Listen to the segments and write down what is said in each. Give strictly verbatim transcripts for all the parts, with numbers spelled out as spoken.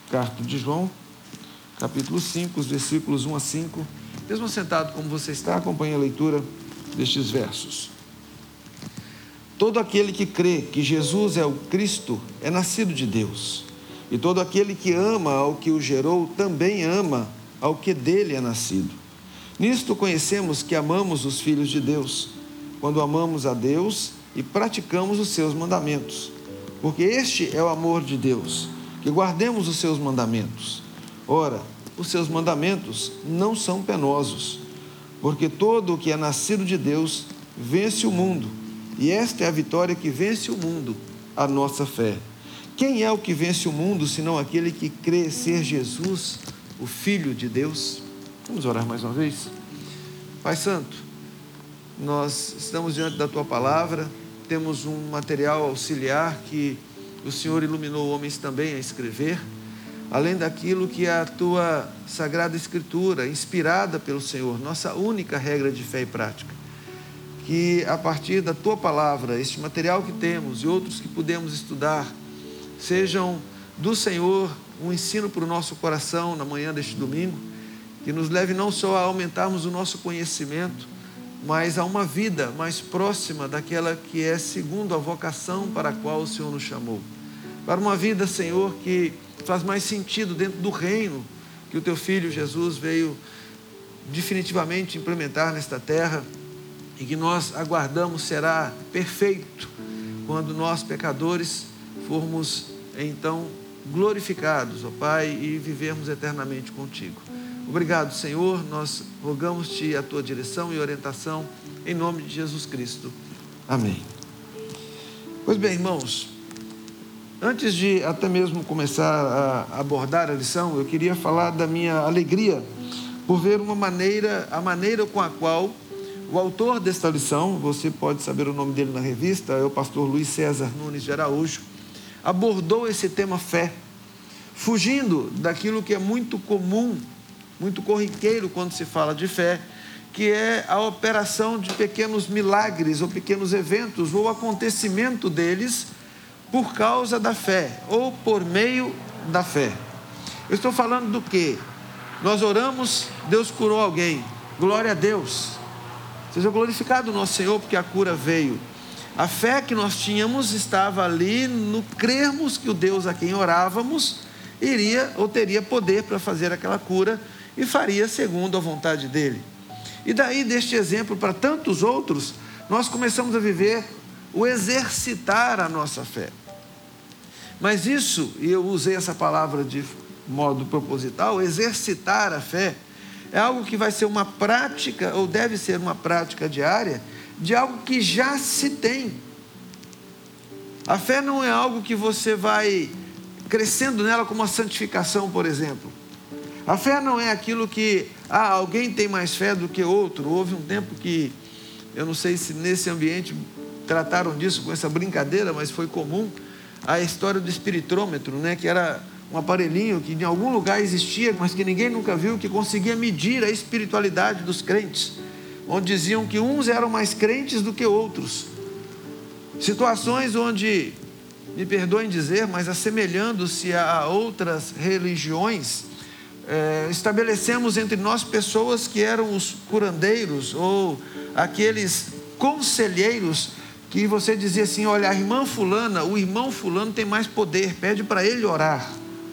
Carta de João, capítulo cinco, os versículos um a cinco. Mesmo sentado como você está, acompanhe a leitura destes versos. Todo aquele que crê que Jesus é o Cristo é nascido de Deus. E todo aquele que ama ao que o gerou também ama ao que dele é nascido. Nisto conhecemos que amamos os filhos de Deus, quando amamos a Deus e praticamos os seus mandamentos. Porque este é o amor de Deus, que guardemos os seus mandamentos. Ora, os seus mandamentos não são penosos, porque todo o que é nascido de Deus vence o mundo, e esta é a vitória que vence o mundo, a nossa fé. Quem é o que vence o mundo, senão aquele que crê ser Jesus, o Filho de Deus? Vamos orar mais uma vez? Pai Santo, nós estamos diante da Tua Palavra, temos um material auxiliar que o Senhor iluminou homens também a escrever, além daquilo que é a Tua Sagrada Escritura, inspirada pelo Senhor, nossa única regra de fé e prática. Que a partir da Tua Palavra, este material que temos e outros que podemos estudar, sejam do Senhor um ensino para o nosso coração na manhã deste domingo, que nos leve não só a aumentarmos o nosso conhecimento, mas a uma vida mais próxima daquela que é segundo a vocação para a qual o Senhor nos chamou. Para uma vida, Senhor, que faz mais sentido dentro do reino que o Teu Filho Jesus veio definitivamente implementar nesta terra e que nós aguardamos será perfeito quando nós, pecadores, formos então glorificados, ó Pai, e vivermos eternamente contigo. Obrigado, Senhor, nós rogamos-te a Tua direção e orientação, em nome de Jesus Cristo. Amém. Pois bem, irmãos, antes de até mesmo começar a abordar a lição, eu queria falar da minha alegria por ver uma maneira, a maneira com a qual o autor desta lição, você pode saber o nome dele na revista, é o pastor Luiz César Nunes de Araújo, abordou esse tema fé, fugindo daquilo que é muito comum, muito corriqueiro quando se fala de fé, que é a operação de pequenos milagres ou pequenos eventos ou acontecimento deles por causa da fé ou por meio da fé. Eu estou falando do quê? Nós oramos, Deus curou alguém, glória a Deus, seja glorificado o nosso Senhor porque a cura veio. A fé que nós tínhamos estava ali no crermos que o Deus a quem orávamos iria ou teria poder para fazer aquela cura e faria segundo a vontade dele. E daí, deste exemplo para tantos outros, nós começamos a viver o exercitar a nossa fé. Mas isso, e eu usei essa palavra de modo proposital, exercitar a fé, é algo que vai ser uma prática, ou deve ser uma prática diária, de algo que já se tem. A fé não é algo que você vai crescendo nela como a santificação, por exemplo. A fé não é aquilo que, ah, alguém tem mais fé do que outro. Houve um tempo que, eu não sei se nesse ambiente trataram disso com essa brincadeira, mas foi comum, a história do espiritrômetro, né, que era um aparelhinho que em algum lugar existia, mas que ninguém nunca viu, que conseguia medir a espiritualidade dos crentes, onde diziam que uns eram mais crentes do que outros. Situações onde, me perdoem dizer, mas assemelhando-se a outras religiões, é, estabelecemos entre nós pessoas que eram os curandeiros ou aqueles conselheiros que você dizia assim, olha, a irmã fulana, o irmão fulano tem mais poder, pede para ele orar.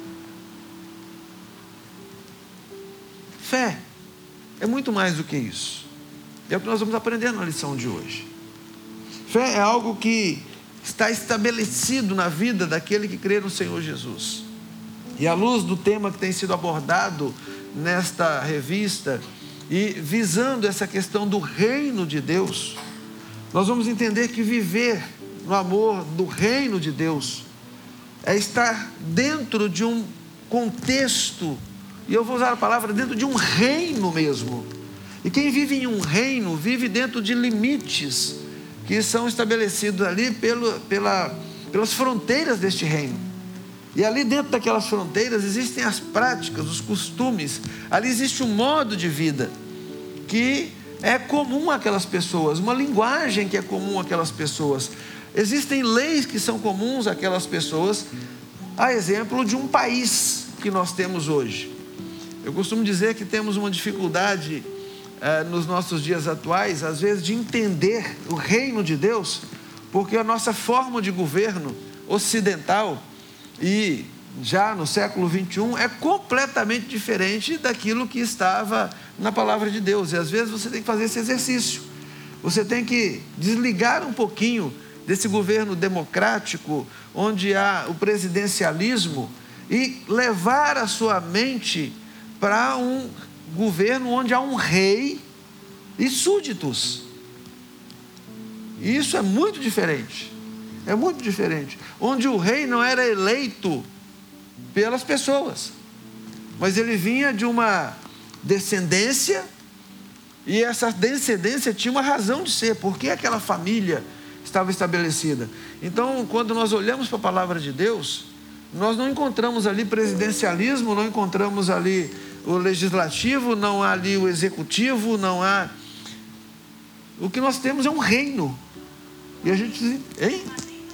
Fé é muito mais do que isso. É o que nós vamos aprender na lição de hoje. Fé é algo que está estabelecido na vida daquele que crê no Senhor Jesus. E à luz do tema que tem sido abordado nesta revista, e visando essa questão do reino de Deus, nós vamos entender que viver no amor do reino de Deus é estar dentro de um contexto, e eu vou usar a palavra dentro de um reino mesmo. E quem vive em um reino, vive dentro de limites que são estabelecidos ali pelo, pela, pelas fronteiras deste reino. E ali dentro daquelas fronteiras existem as práticas, os costumes, ali existe um modo de vida que é comum àquelas pessoas, uma linguagem que é comum àquelas pessoas. Existem leis que são comuns àquelas pessoas, a exemplo de um país que nós temos hoje. Eu costumo dizer que temos uma dificuldade eh, nos nossos dias atuais, às vezes, de entender o reino de Deus, porque a nossa forma de governo ocidental e já no século vinte e um é completamente diferente daquilo que estava na palavra de Deus. E às vezes você tem que fazer esse exercício. Você tem que desligar um pouquinho desse governo democrático, onde há o presidencialismo, e levar a sua mente para um governo onde há um rei e súditos. E isso é muito diferente. É muito diferente. Onde o rei não era eleito pelas pessoas, mas ele vinha de uma descendência, e essa descendência tinha uma razão de ser, porque aquela família estava estabelecida. Então, quando nós olhamos para a palavra de Deus, nós não encontramos ali presidencialismo, não encontramos ali o legislativo, não há ali o executivo, não há... O que nós temos é um reino. E a gente diz, hein?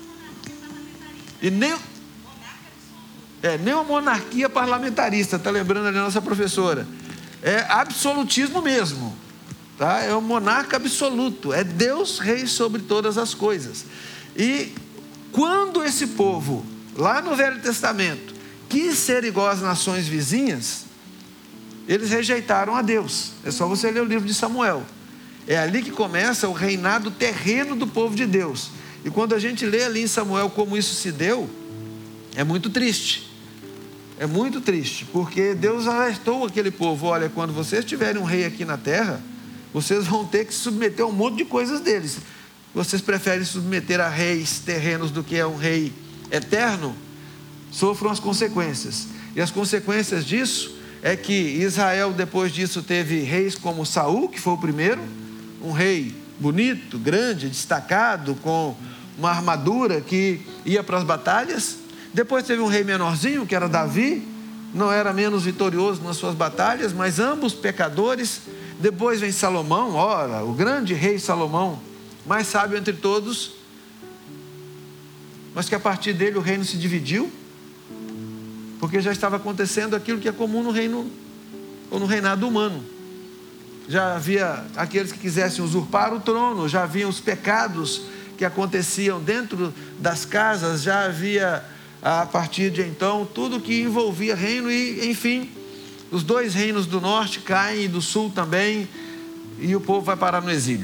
E nem... É, nem uma monarquia parlamentarista, está lembrando ali a nossa professora. É absolutismo mesmo, tá? É um monarca absoluto, é Deus rei sobre todas as coisas. E quando esse povo, lá no Velho Testamento, quis ser igual às nações vizinhas, eles rejeitaram a Deus. É só você ler o livro de Samuel. É ali que começa o reinado terreno do povo de Deus. E quando a gente lê ali em Samuel como isso se deu, é muito triste. É muito triste, porque Deus alertou aquele povo: olha, quando vocês tiverem um rei aqui na terra, vocês vão ter que se submeter a um monte de coisas deles. Vocês preferem se submeter a reis terrenos do que a um rei eterno? Sofram as consequências. E as consequências disso é que Israel, depois disso, teve reis como Saul, que foi o primeiro, um rei bonito, grande, destacado, com uma armadura que ia para as batalhas. Depois teve um rei menorzinho, que era Davi, não era menos vitorioso nas suas batalhas, mas ambos pecadores. Depois vem Salomão, ora, o grande rei Salomão, mais sábio entre todos, mas que a partir dele o reino se dividiu, porque já estava acontecendo aquilo que é comum no reino, ou no reinado humano. Já havia aqueles que quisessem usurpar o trono, já havia os pecados que aconteciam dentro das casas, já havia, a partir de então, tudo que envolvia reino, e enfim, os dois reinos do norte caem, e do sul também, e o povo vai parar no exílio.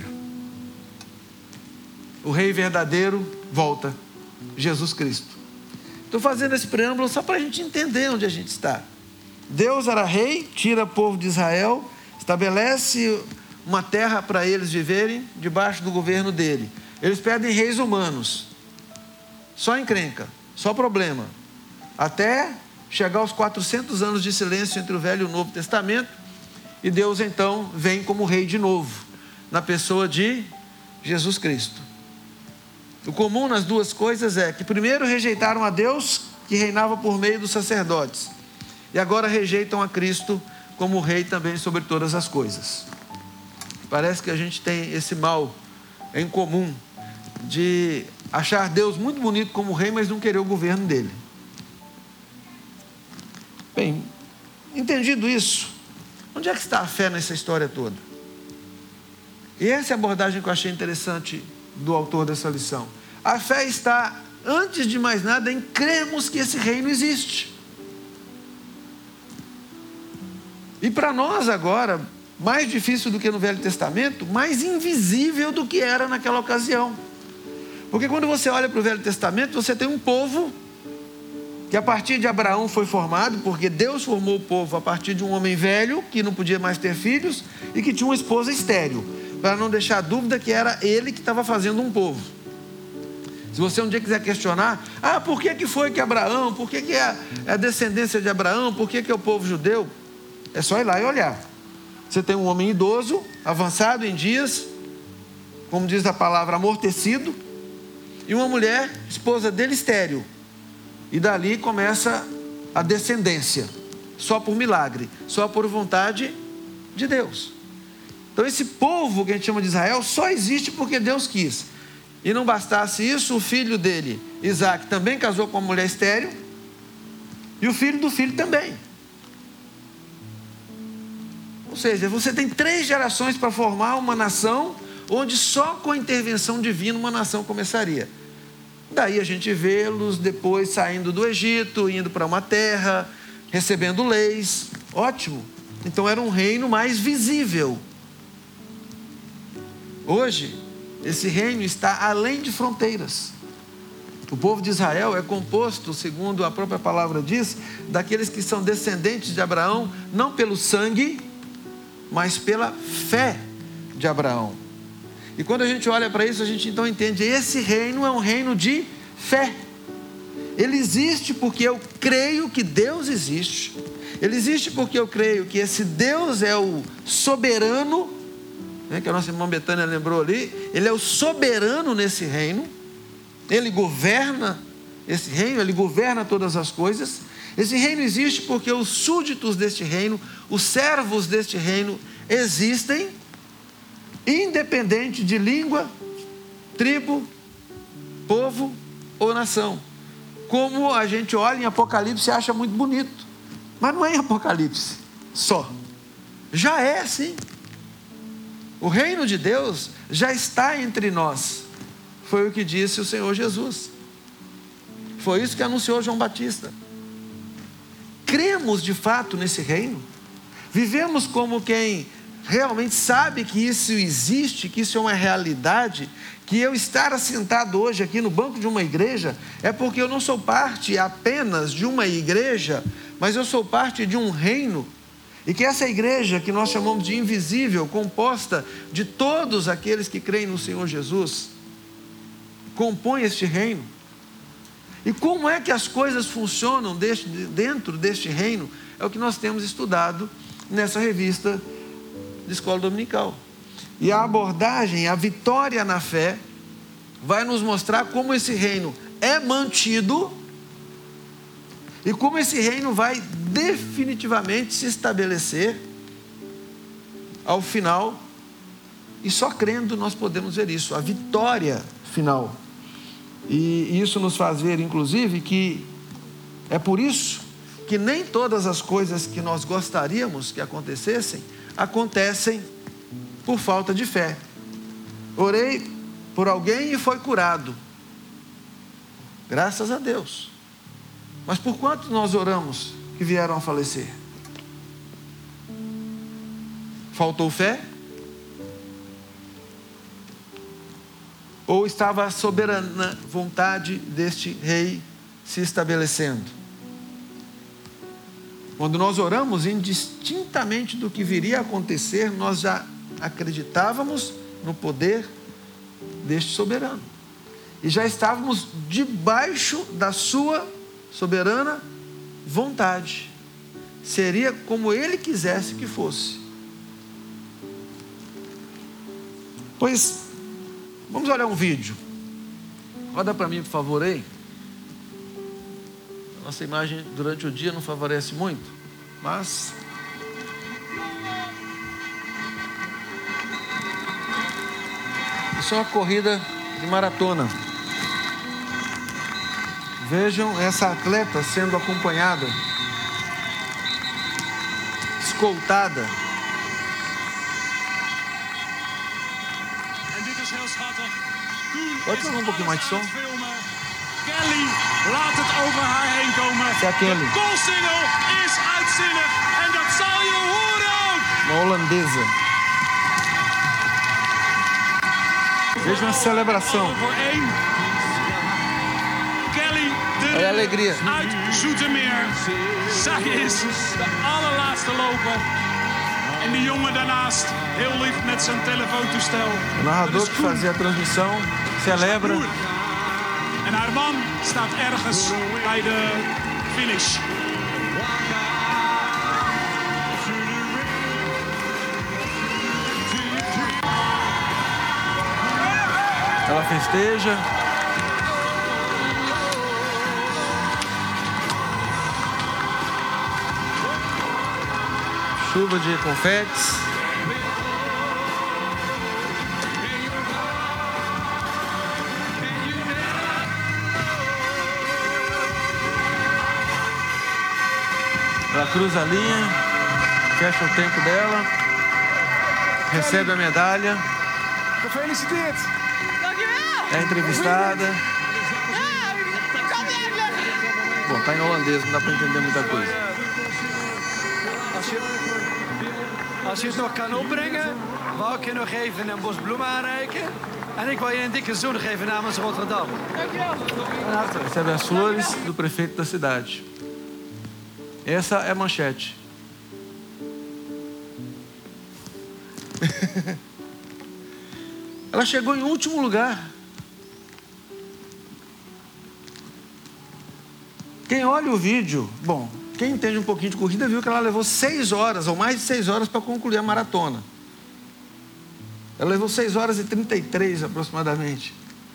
O rei verdadeiro volta, Jesus Cristo. Estou fazendo esse preâmbulo só para a gente entender onde a gente está. Deus era rei, tira o povo de Israel, estabelece uma terra para eles viverem debaixo do governo dele. Eles pedem reis humanos, só encrenca, só problema, até chegar aos quatrocentos anos de silêncio entre o Velho e o Novo Testamento, e Deus então vem como rei de novo, na pessoa de Jesus Cristo. O comum nas duas coisas é que primeiro rejeitaram a Deus, que reinava por meio dos sacerdotes, e agora rejeitam a Cristo como rei também sobre todas as coisas. Parece que a gente tem esse mal em comum, de achar Deus muito bonito como rei, mas não querer o governo dele. Bem, entendido isso, onde é que está a fé nessa história toda? E essa é a abordagem que eu achei interessante do autor dessa lição. A fé está, antes de mais nada, em crermos que esse reino existe. E para nós agora, mais difícil do que no Velho Testamento, mais invisível do que era naquela ocasião. Porque quando você olha para o Velho Testamento, você tem um povo que a partir de Abraão foi formado, porque Deus formou o povo a partir de um homem velho, que não podia mais ter filhos, e que tinha uma esposa estéril, para não deixar dúvida que era ele que estava fazendo um povo. Se você um dia quiser questionar, ah, por que, que foi que Abraão, por que, que é a descendência de Abraão, por que, que é o povo judeu? É só ir lá e olhar. Você tem um homem idoso, avançado em dias, como diz a palavra, amortecido, e uma mulher, esposa dele, estéril. E dali começa a descendência, só por milagre, só por vontade de Deus. Então esse povo que a gente chama de Israel só existe porque Deus quis. E não bastasse isso, o filho dele, Isaac, também casou com uma mulher estéril, e o filho do filho também. Ou seja, você tem três gerações para formar uma nação, onde só com a intervenção divina uma nação começaria. Daí a gente vê-los depois saindo do Egito, indo para uma terra, recebendo leis. Ótimo. Então era um reino mais visível. Hoje, esse reino está além de fronteiras. O povo de Israel é composto, segundo a própria palavra diz, daqueles que são descendentes de Abraão, não pelo sangue, mas pela fé de Abraão. E quando a gente olha para isso, a gente então entende, esse reino é um reino de fé. Ele existe porque eu creio que Deus existe. Ele existe porque eu creio que esse Deus é o soberano, né, que a nossa irmã Betânia lembrou ali. Ele é o soberano nesse reino. Ele governa esse reino, ele governa todas as coisas. Esse reino existe porque os súditos deste reino, os servos deste reino existem, independente de língua, tribo, povo ou nação. Como a gente olha em Apocalipse e acha muito bonito, mas não é em Apocalipse só, já é assim. O reino de Deus já está entre nós, foi o que disse o Senhor Jesus, foi isso que anunciou João Batista. Cremos de fato nesse reino, vivemos como quem realmente sabe que isso existe, que isso é uma realidade, que eu estar assentado hoje aqui no banco de uma igreja, é porque eu não sou parte apenas de uma igreja, mas eu sou parte de um reino, e que essa igreja, que nós chamamos de invisível, composta de todos aqueles que creem no Senhor Jesus, compõe este reino. E como é que as coisas funcionam deste, dentro deste reino, é o que nós temos estudado nessa revista de escola dominical. E a abordagem, a vitória na fé, vai nos mostrar como esse reino é mantido e como esse reino vai definitivamente se estabelecer ao final, e só crendo nós podemos ver isso, a vitória final. E isso nos faz ver, inclusive, que é por isso que nem todas as coisas que nós gostaríamos que acontecessem, acontecem por falta de fé. Orei por alguém e foi curado, graças a Deus. Mas por quantos nós oramos que vieram a falecer? Faltou fé? Ou estava a soberana vontade deste rei se estabelecendo? Quando nós oramos, indistintamente do que viria a acontecer, nós já acreditávamos no poder deste soberano. E já estávamos debaixo da sua soberana vontade. Seria como ele quisesse que fosse. Pois, vamos olhar um vídeo. Roda para mim, por favor, aí. Nossa imagem durante o dia não favorece muito, mas isso é uma corrida de maratona. Vejam essa atleta sendo acompanhada, escoltada. Pode falar um pouquinho mais de som? Kelly laat het over haar heen komen. Ja, Kelly. De goalsingel is uitzinnig en dat zal je horen ook. Uma holandesa. Veja uma celebração. Voor één. Kelly de Olha a alegria. uit Zoetermeer. Zij is de allerlaatste loper. En die jongen daarnaast, heel lief met zijn telefoontoestel. O narrador que fazia a transmissão celebra. En haar man staat ergens bij de finish. Ela festeja. Chuva de confetes. Ela cruza a linha, fecha o tempo dela, recebe a medalha, Gefeliciteerd. é entrevistada. Bom, tá em holandês, não dá para entender muita coisa. Als je, als je het nog kan opbrengen, wou ik je nog even een bos bloemen aanreiken. En ik wil je een dikke zoen geven namens Rotterdam. Recebe as flores do prefeito da cidade. Essa é a manchete. Ela chegou em último lugar. Quem olha o vídeo, bom, quem entende um pouquinho de corrida viu que ela levou seis horas, ou mais de seis horas, para concluir a maratona. Ela levou seis horas e trinta e três aproximadamente.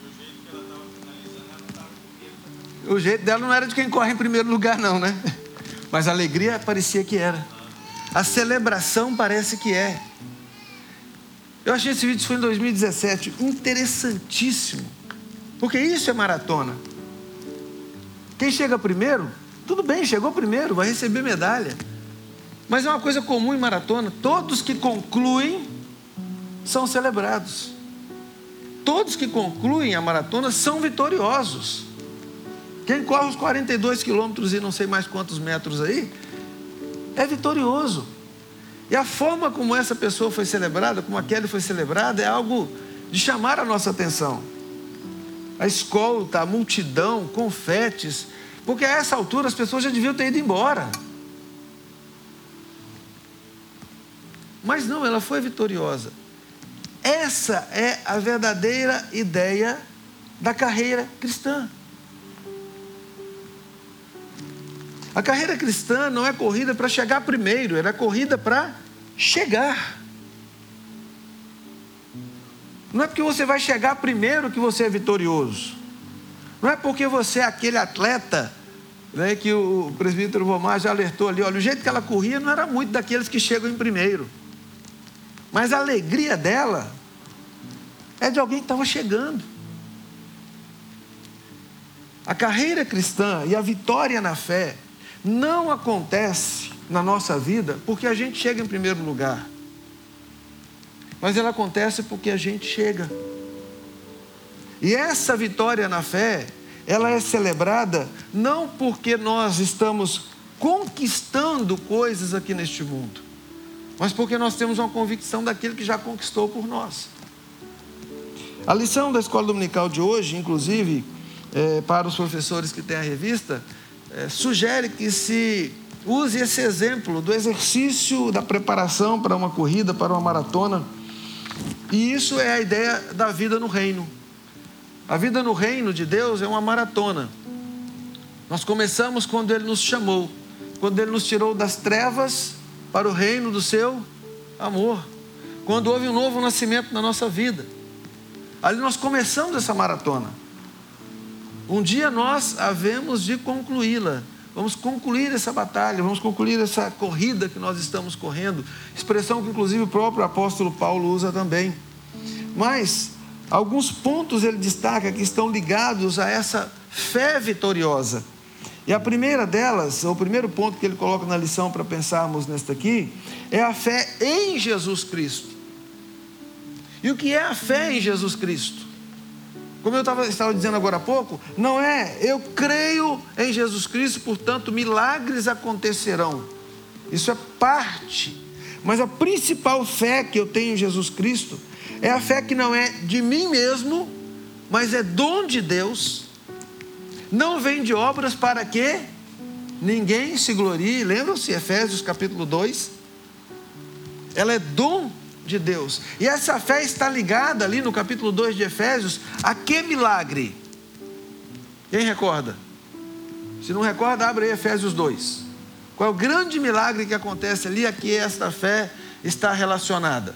O jeito dela não era de quem corre em primeiro lugar não, né? Mas a alegria parecia que era. A celebração parece que é. Eu achei esse vídeo, isso foi em dois mil e dezessete, interessantíssimo. Porque isso é maratona. Quem chega primeiro, tudo bem, chegou primeiro, vai receber medalha. Mas é uma coisa comum em maratona, todos que concluem são celebrados. Todos que concluem a maratona são vitoriosos. Quem corre os quarenta e dois quilômetros e não sei mais quantos metros aí, é vitorioso. E a forma como essa pessoa foi celebrada, como a Kelly foi celebrada, é algo de chamar a nossa atenção. A escolta, a multidão, confetes, porque a essa altura as pessoas já deviam ter ido embora. Mas não, ela foi vitoriosa. Essa é a verdadeira ideia da carreira cristã. A carreira cristã não é corrida para chegar primeiro, ela é corrida para chegar. Não é porque você vai chegar primeiro que você é vitorioso. Não é porque você é aquele atleta, né, que o presbítero Vomar já alertou ali. Olha, o jeito que ela corria não era muito daqueles que chegam em primeiro. Mas a alegria dela é de alguém que estava chegando. A carreira cristã e a vitória na fé não acontece na nossa vida porque a gente chega em primeiro lugar. Mas ela acontece porque a gente chega. E essa vitória na fé, ela é celebrada não porque nós estamos conquistando coisas aqui neste mundo, mas porque nós temos uma convicção daquele que já conquistou por nós. A lição da escola dominical de hoje, inclusive, é, para os professores que têm a revista, é, sugere que se use esse exemplo do exercício da preparação para uma corrida, para uma maratona. E isso é a ideia da vida no reino. A vida no reino de Deus é uma maratona. Nós começamos quando Ele nos chamou, quando Ele nos tirou das trevas para o reino do seu amor, quando houve um novo nascimento na nossa vida. Ali nós começamos essa maratona. Um dia nós havemos de concluí-la. Vamos concluir essa batalha, vamos concluir essa corrida que nós estamos correndo. Expressão que inclusive o próprio apóstolo Paulo usa também. Mas alguns pontos ele destaca que estão ligados a essa fé vitoriosa. E a primeira delas, o primeiro ponto que ele coloca na lição para pensarmos nesta aqui, é a fé em Jesus Cristo. E o que é a fé em Jesus Cristo? Como eu estava, estava dizendo agora há pouco, não é eu creio em Jesus Cristo, portanto milagres acontecerão. Isso é parte. Mas a principal fé que eu tenho em Jesus Cristo é a fé que não é de mim mesmo, mas é dom de Deus. Não vem de obras para que ninguém se glorie. Lembram-se, Efésios capítulo dois? Ela é dom de Deus. E essa fé está ligada ali no capítulo dois de Efésios a que milagre? Quem recorda? Se não recorda, abre aí Efésios dois. Qual é o grande milagre que acontece ali a que esta fé está relacionada?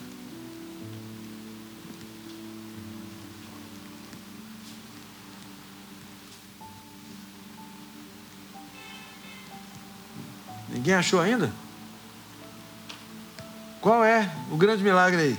Ninguém achou ainda? Qual é o grande milagre aí?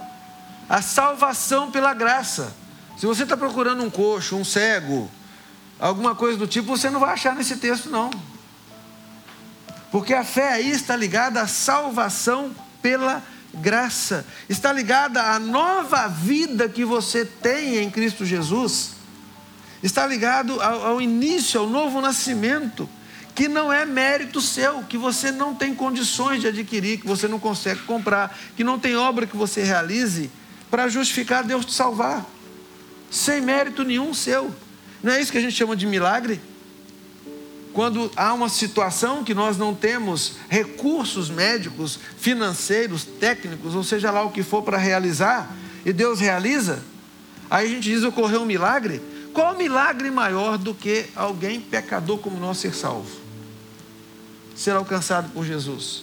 A salvação pela graça. Se você está procurando um coxo, um cego, alguma coisa do tipo, você não vai achar nesse texto, não. Porque a fé aí está ligada à salvação pela graça. Está ligada à nova vida que você tem em Cristo Jesus. Está ligado ao, ao início, ao novo nascimento, que não é mérito seu, que você não tem condições de adquirir, que você não consegue comprar, que não tem obra que você realize para justificar Deus te salvar. Sem mérito nenhum seu. Não é isso que a gente chama de milagre? Quando há uma situação que nós não temos recursos médicos, financeiros, técnicos, ou seja lá o que for para realizar, e Deus realiza, aí a gente diz: ocorreu um milagre. Qual milagre maior do que alguém pecador como nós ser salvo? Ser alcançado por Jesus.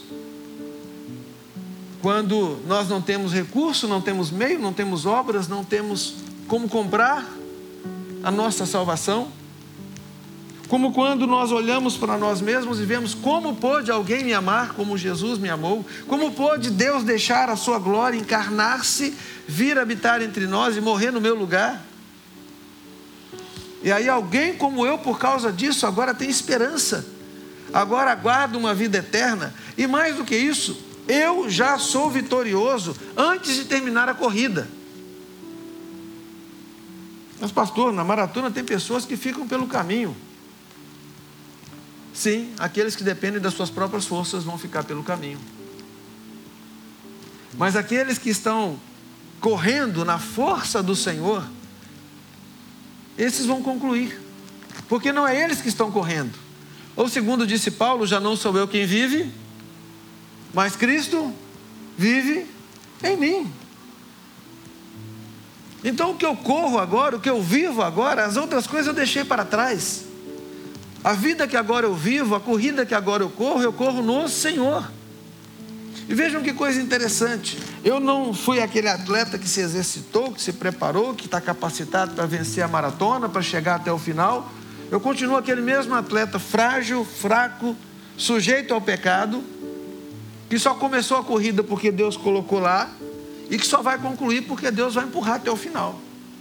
Quando nós não temos recurso, não temos meio, não temos obras, não temos como comprar a nossa salvação. Como quando nós olhamos para nós mesmos e vemos: como pôde alguém me amar como Jesus me amou? Como pôde Deus deixar a sua glória, encarnar-se, vir habitar entre nós e morrer no meu lugar? E aí alguém como eu, por causa disso, agora tem esperança. Agora aguarda uma vida eterna. E mais do que isso, eu já sou vitorioso antes de terminar a corrida. Mas pastor, na maratona tem pessoas que ficam pelo caminho. Sim, aqueles que dependem das suas próprias forças vão ficar pelo caminho. Mas aqueles que estão correndo na força do Senhor, esses vão concluir. Porque não é eles que estão correndo. Ou segundo disse Paulo: já não sou eu quem vive, mas Cristo vive em mim. Então o que eu corro agora, o que eu vivo agora, as outras coisas eu deixei para trás. A vida que agora eu vivo, a corrida que agora eu corro, eu corro no Senhor. E vejam que coisa interessante. Eu não fui aquele atleta que se exercitou, que se preparou, que está capacitado para vencer a maratona, para chegar até o final. Eu continuo aquele mesmo atleta frágil, fraco, sujeito ao pecado, que só começou a corrida porque Deus colocou lá, e que só vai concluir porque Deus vai empurrar até o final.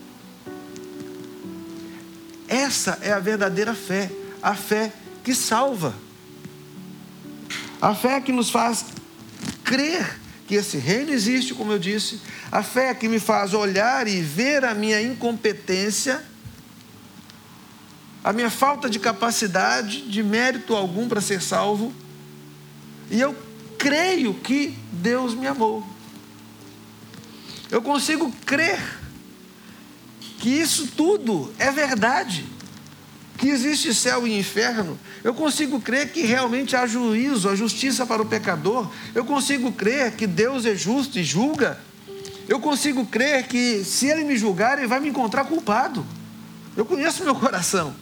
Essa é a verdadeira fé. A fé que salva. A fé que nos faz crer que esse reino existe, como eu disse. A fé que me faz olhar e ver a minha incompetência, a minha falta de capacidade, de mérito algum para ser salvo. E eu creio que Deus me amou. Eu consigo crer que isso tudo é verdade. Que existe céu e inferno. Eu consigo crer que realmente há juízo, há justiça para o pecador. Eu consigo crer que Deus é justo e julga. Eu consigo crer que se Ele me julgar, Ele vai me encontrar culpado. Eu conheço meu coração.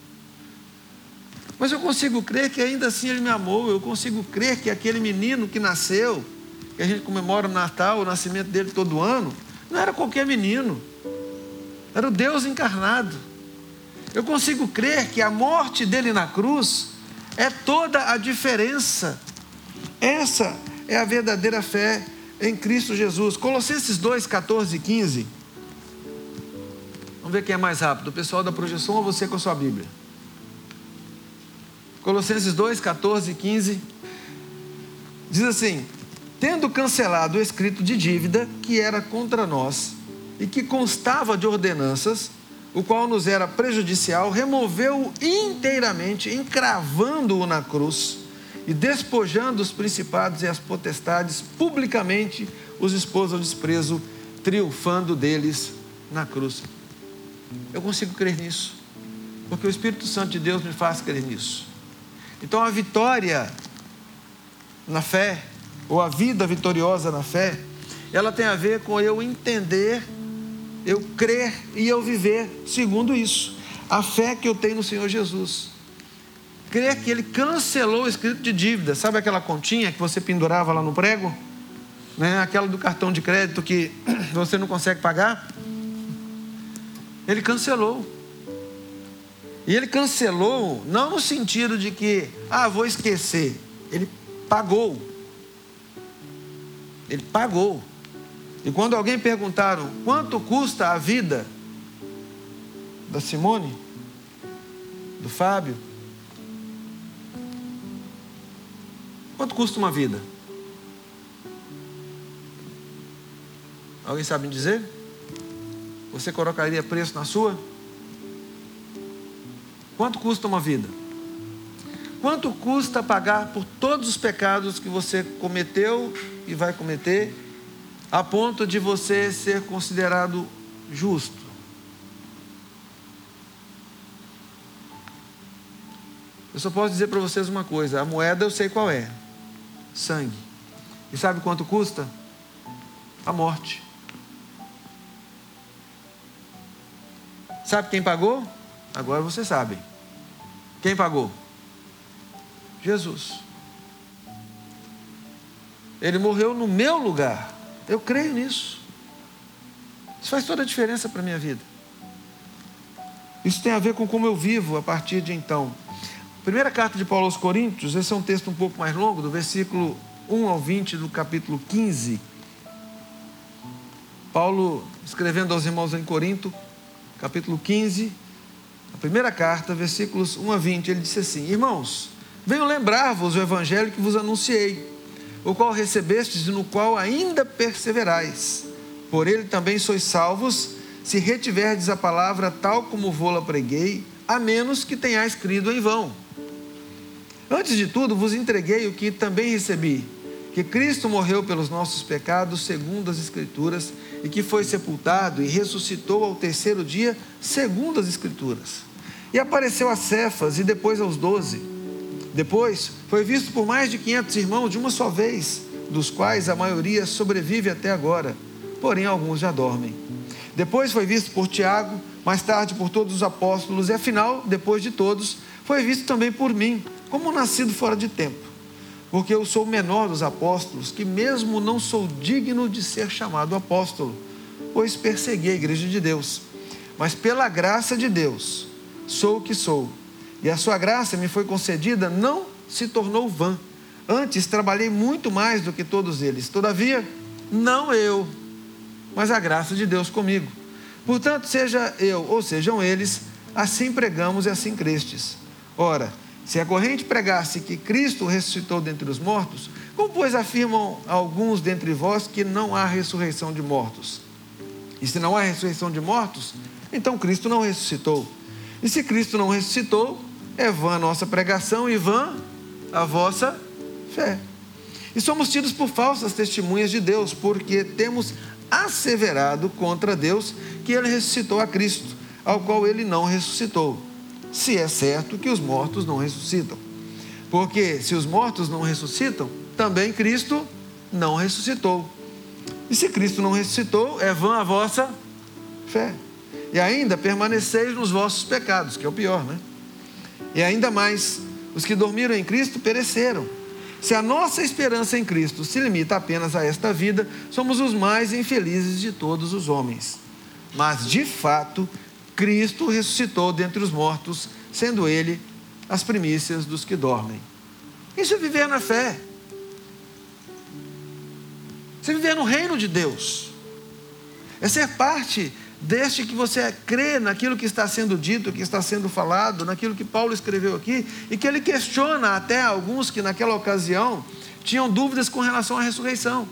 Mas eu consigo crer que ainda assim Ele me amou. Eu consigo crer que aquele menino que nasceu, que a gente comemora o Natal, o nascimento dele todo ano, não era qualquer menino. Era o Deus encarnado. Eu consigo crer que a morte dele na cruz é toda a diferença. Essa é a verdadeira fé em Cristo Jesus. Colossenses dois, catorze e quinze. Vamos ver quem é mais rápido, o pessoal da projeção ou você com a sua Bíblia? Colossenses dois, catorze e quinze. Diz assim: tendo cancelado o escrito de dívida que era contra nós e que constava de ordenanças, o qual nos era prejudicial, removeu-o inteiramente, encravando-o na cruz e despojando os principados e as potestades, publicamente os expôs ao desprezo, triunfando deles na cruz. Eu consigo crer nisso, porque o Espírito Santo de Deus me faz crer nisso. Então a vitória na fé, ou a vida vitoriosa na fé, ela tem a ver com eu entender, eu crer e eu viver segundo isso. A fé que eu tenho no Senhor Jesus. Crer que Ele cancelou o escrito de dívida. Sabe aquela continha que você pendurava lá no prego? Né? Aquela do cartão de crédito que você não consegue pagar? Ele cancelou. E Ele cancelou não no sentido de que, ah, vou esquecer. Ele pagou. Ele pagou. E quando alguém perguntaram quanto custa a vida da Simone, do Fábio. Quanto custa uma vida? Alguém sabe me dizer? Você colocaria preço na sua? Quanto custa uma vida? Quanto custa pagar por todos os pecados que você cometeu e vai cometer, a ponto de você ser considerado justo? Eu só posso dizer para vocês uma coisa: a moeda eu sei qual é: sangue. E sabe quanto custa? A morte. Sabe quem pagou? Agora você sabe. Quem pagou? Jesus. Ele morreu no meu lugar. Eu creio nisso. Isso faz toda a diferença para a minha vida. Isso tem a ver com como eu vivo a partir de então. Primeira carta de Paulo aos Coríntios, esse é um texto um pouco mais longo, do versículo um ao vinte do capítulo quinze. Paulo, escrevendo aos irmãos em Corinto, capítulo quinze, a primeira carta, versículos um a vinte, ele disse assim: irmãos, venho lembrar-vos o evangelho que vos anunciei, o qual recebestes e no qual ainda perseverais. Por ele também sois salvos, se retiverdes a palavra tal como vô-la preguei, a menos que tenhais crido em vão. Antes de tudo, vos entreguei o que também recebi, que Cristo morreu pelos nossos pecados, segundo as Escrituras, e que foi sepultado e ressuscitou ao terceiro dia, segundo as Escrituras. E apareceu a Cefas e depois aos doze. Depois, foi visto por mais de quinhentos irmãos de uma só vez, dos quais a maioria sobrevive até agora, porém alguns já dormem. Depois foi visto por Tiago, mais tarde por todos os apóstolos, e afinal, depois de todos, foi visto também por mim, como nascido fora de tempo. Porque eu sou o menor dos apóstolos, que mesmo não sou digno de ser chamado apóstolo, pois persegui a igreja de Deus. Mas pela graça de Deus, sou o que sou. E a sua graça me foi concedida, não se tornou vã. Antes trabalhei muito mais do que todos eles. Todavia, não eu, mas a graça de Deus comigo. Portanto, seja eu ou sejam eles, assim pregamos e assim crestes. Ora, se a corrente pregasse que Cristo ressuscitou dentre os mortos, como pois afirmam alguns dentre vós que não há ressurreição de mortos? E se não há ressurreição de mortos, então Cristo não ressuscitou. E se Cristo não ressuscitou, é vã a nossa pregação e vã a vossa fé. E somos tidos por falsas testemunhas de Deus, porque temos asseverado contra Deus que Ele ressuscitou a Cristo, ao qual Ele não ressuscitou. Se é certo que os mortos não ressuscitam. Porque se os mortos não ressuscitam, também Cristo não ressuscitou. E se Cristo não ressuscitou, é vã a vossa fé. E ainda permaneceis nos vossos pecados, que é o pior, né? E ainda mais, os que dormiram em Cristo pereceram. Se a nossa esperança em Cristo se limita apenas a esta vida, somos os mais infelizes de todos os homens. Mas, de fato, Cristo ressuscitou dentre os mortos, sendo Ele as primícias dos que dormem. Isso é viver na fé. Isso é viver no reino de Deus. É ser parte deste que você crê naquilo que está sendo dito, que está sendo falado, naquilo que Paulo escreveu aqui, e que ele questiona até alguns que naquela ocasião tinham dúvidas com relação à ressurreição.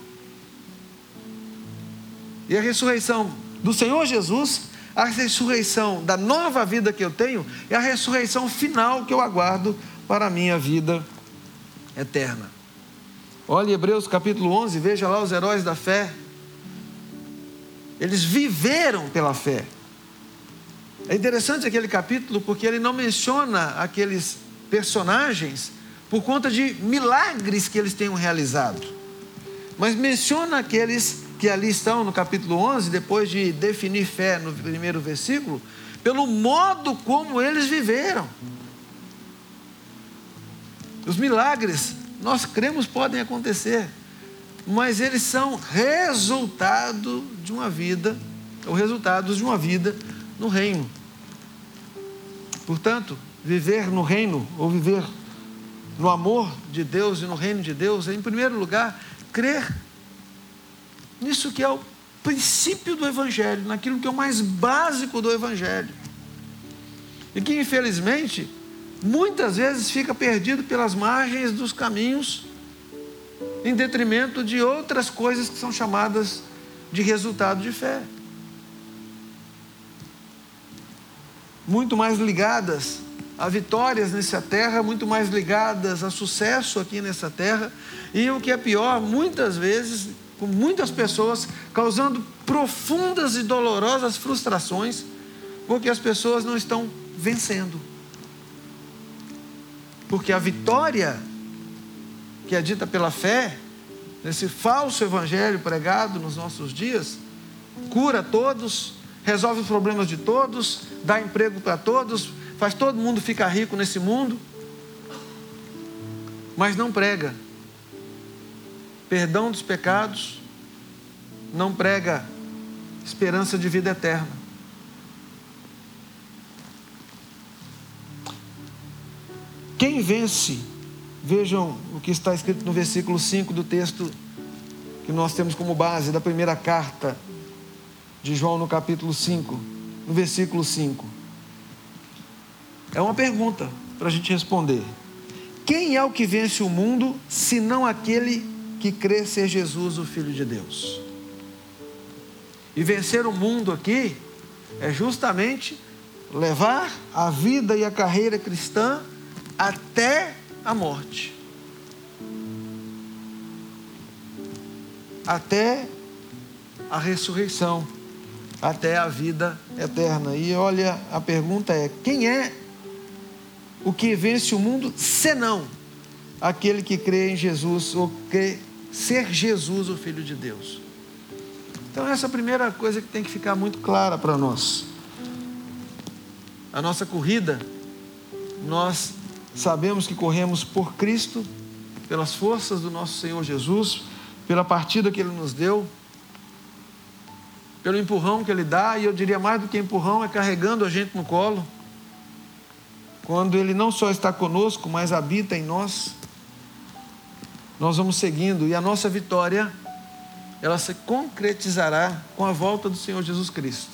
E a ressurreição do Senhor Jesus, a ressurreição da nova vida que eu tenho, é a ressurreição final que eu aguardo para a minha vida eterna. Olha Hebreus capítulo onze, veja lá os heróis da fé. Eles viveram pela fé. É interessante aquele capítulo porque ele não menciona aqueles personagens por conta de milagres que eles tenham realizado, mas menciona aqueles que ali estão no capítulo onze, depois de definir fé no primeiro versículo, pelo modo como eles viveram. Os milagres, nós cremos, podem acontecer, mas eles são resultado de uma vida, ou resultados de uma vida no reino. Portanto, viver no reino, ou viver no amor de Deus e no reino de Deus, é, em primeiro lugar, crer nisso que é o princípio do Evangelho, naquilo que é o mais básico do Evangelho. E que, infelizmente, muitas vezes fica perdido pelas margens dos caminhos, em detrimento de outras coisas que são chamadas de resultado de fé. Muito mais ligadas a vitórias nessa terra, muito mais ligadas a sucesso aqui nessa terra, e o que é pior, muitas vezes, com muitas pessoas, causando profundas e dolorosas frustrações, porque as pessoas não estão vencendo. Porque a vitória que é dita pela fé, nesse falso evangelho pregado nos nossos dias, cura todos, resolve os problemas de todos, dá emprego para todos, faz todo mundo ficar rico nesse mundo, mas não prega perdão dos pecados, não prega esperança de vida eterna. Quem vence, vejam o que está escrito no versículo cinco do texto que nós temos como base da primeira carta de João, no capítulo cinco, no versículo cinco. É uma pergunta para a gente responder. Quem é o que vence o mundo, senão aquele que crê ser Jesus, o Filho de Deus? E vencer o mundo aqui é justamente levar a vida e a carreira cristã até a morte, até a ressurreição, até a vida eterna. E olha, a pergunta é: quem é o que vence o mundo, senão aquele que crê em Jesus, ou crê ser Jesus, o Filho de Deus? Então essa é a primeira coisa que tem que ficar muito clara para nós. A nossa corrida, nós sabemos que corremos por Cristo, pelas forças do nosso Senhor Jesus, pela partida que Ele nos deu, pelo empurrão que Ele dá, e eu diria mais do que empurrão, é carregando a gente no colo, quando Ele não só está conosco, mas habita em nós. Nós vamos seguindo, e a nossa vitória, ela se concretizará com a volta do Senhor Jesus Cristo.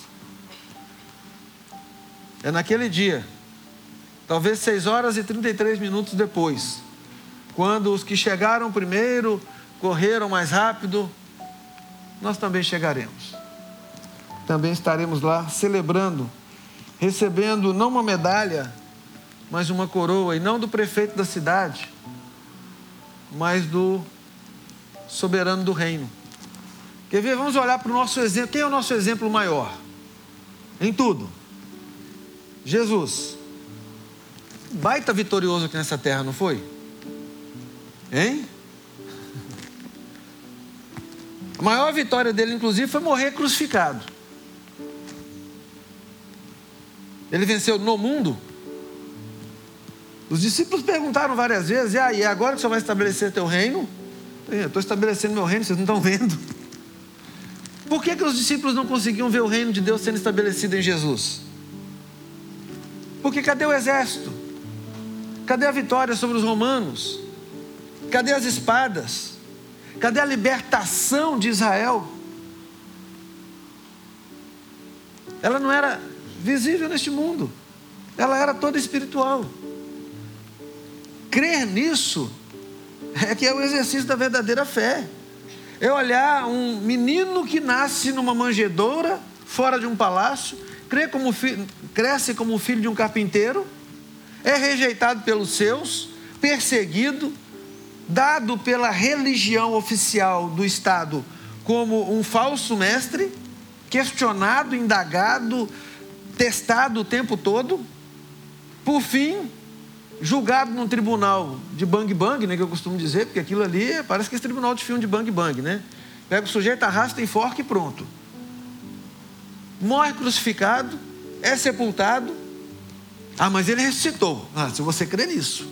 É naquele dia, talvez seis horas e trinta e três minutos depois, quando os que chegaram primeiro correram mais rápido, nós também chegaremos. Também estaremos lá celebrando, recebendo não uma medalha, mas uma coroa, e não do prefeito da cidade, mas do soberano do reino. Quer ver? Vamos olhar para o nosso exemplo. Quem é o nosso exemplo maior? Em tudo. Jesus. Baita vitorioso aqui nessa terra, não foi? Hein? A maior vitória dele, inclusive, foi morrer crucificado. Ele venceu no mundo. Os discípulos perguntaram várias vezes: e aí, agora que o Senhor vai estabelecer teu reino? Eu estou estabelecendo meu reino, vocês não estão vendo. Por que que os discípulos não conseguiam ver o reino de Deus sendo estabelecido em Jesus? Porque cadê o exército? Cadê a vitória sobre os romanos? Cadê as espadas? Cadê a libertação de Israel? Ela não era visível neste mundo. Ela era toda espiritual. Crer nisso é que é o exercício da verdadeira fé. É olhar um menino que nasce numa manjedoura, fora de um palácio, crê como fi- cresce como filho de um carpinteiro, é rejeitado pelos seus, perseguido, dado pela religião oficial do Estado como um falso mestre, questionado, indagado, testado o tempo todo, por fim, julgado num tribunal de bang bang, né, que eu costumo dizer, porque aquilo ali parece que é esse tribunal de filme de bang bang, né? Pega o sujeito, arrasta, enforca e pronto. Morre crucificado, é sepultado. Ah, mas ele ressuscitou. Ah, se você crê nisso.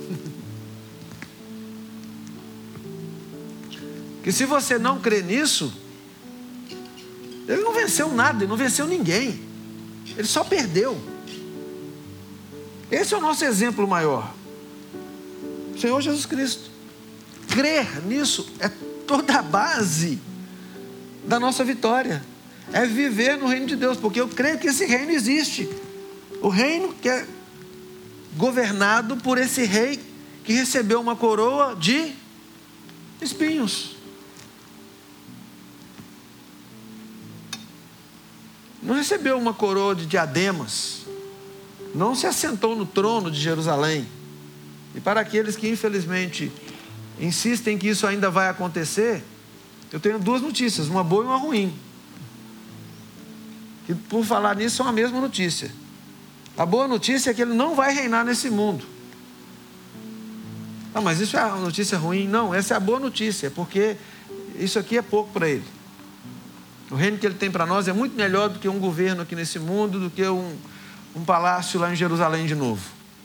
Que se você não crê nisso, ele não venceu nada, ele não venceu ninguém. Ele só perdeu. Esse é o nosso exemplo maior. O Senhor Jesus Cristo. Crer nisso é toda a base da nossa vitória. É viver no reino de Deus, porque eu creio que esse reino existe. O reino que é governado por esse rei que recebeu uma coroa de espinhos. Não recebeu uma coroa de diademas. Não se assentou no trono de Jerusalém. E para aqueles que infelizmente insistem que isso ainda vai acontecer, eu tenho duas notícias, uma boa e uma ruim. Que por falar nisso são a mesma notícia. A boa notícia é que ele não vai reinar nesse mundo. Ah, mas isso é uma notícia ruim? Não, essa é a boa notícia, porque isso aqui é pouco para ele. O reino que ele tem para nós é muito melhor do que um governo aqui nesse mundo, do que um, um palácio lá em Jerusalém de novo.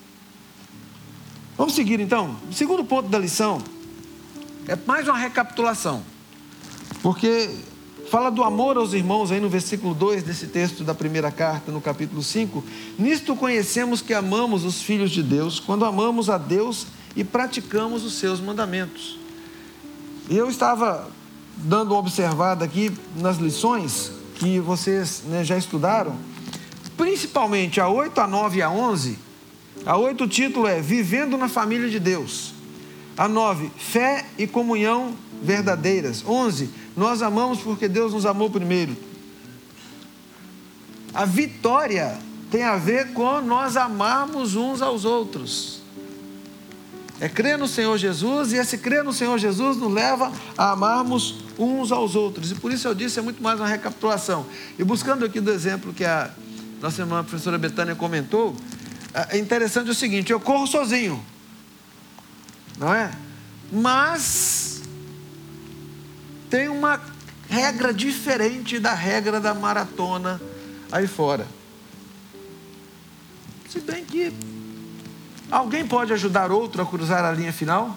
Vamos seguir então. O segundo ponto da lição é mais uma recapitulação, porque fala do amor aos irmãos aí no versículo dois desse texto da primeira carta, no capítulo cinco. Nisto conhecemos que amamos os filhos de Deus, quando amamos a Deus e praticamos os seus mandamentos. E eu estava dando uma observada aqui nas lições que vocês, né, já estudaram, principalmente a oito, a nove e a onze. A oito, o título é Vivendo na Família de Deus. A nove, Fé e Comunhão Verdadeiras. onze, Nós amamos porque Deus nos amou primeiro. A vitória tem a ver com nós amarmos uns aos outros. É crer no Senhor Jesus, e esse crer no Senhor Jesus nos leva a amarmos uns aos outros. E por isso eu disse, é muito mais uma recapitulação. E buscando aqui do exemplo que a nossa irmã a professora Betânia comentou, é interessante o seguinte: eu corro sozinho, não é? Mas tem uma regra diferente da regra da maratona aí fora. Se bem que alguém pode ajudar outro a cruzar a linha final?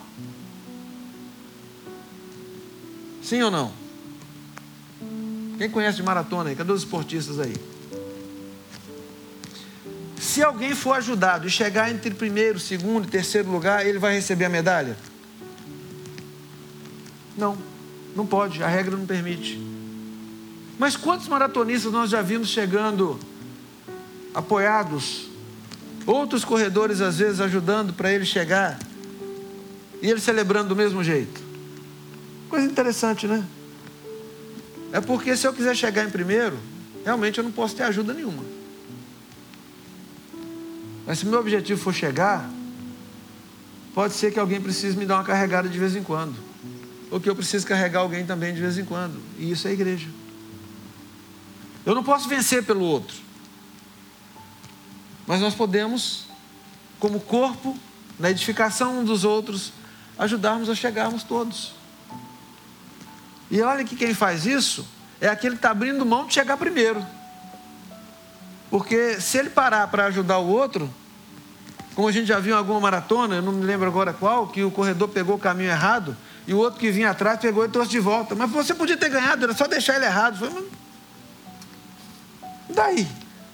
Sim ou não? Quem conhece de maratona aí? Cadê os esportistas aí? Se alguém for ajudado e chegar entre primeiro, segundo e terceiro lugar, ele vai receber a medalha? Não, não pode, a regra não permite. Mas quantos maratonistas nós já vimos chegando apoiados, outros corredores às vezes ajudando para ele chegar, e ele celebrando do mesmo jeito? Coisa interessante, né? É porque se eu quiser chegar em primeiro, realmente eu não posso ter ajuda nenhuma. Mas se meu objetivo for chegar, pode ser que alguém precise me dar uma carregada de vez em quando, ou que eu preciso carregar alguém também de vez em quando. E isso é a igreja. Eu não posso vencer pelo outro, mas nós podemos, como corpo, na edificação um dos outros, ajudarmos a chegarmos todos. E olha que quem faz isso é aquele que está abrindo mão de chegar primeiro. Porque se ele parar para ajudar o outro, como a gente já viu em alguma maratona, eu não me lembro agora qual, que o corredor pegou o caminho errado, e o outro que vinha atrás pegou e trouxe de volta. Mas você podia ter ganhado, era só deixar ele errado. Foi, mas... E daí?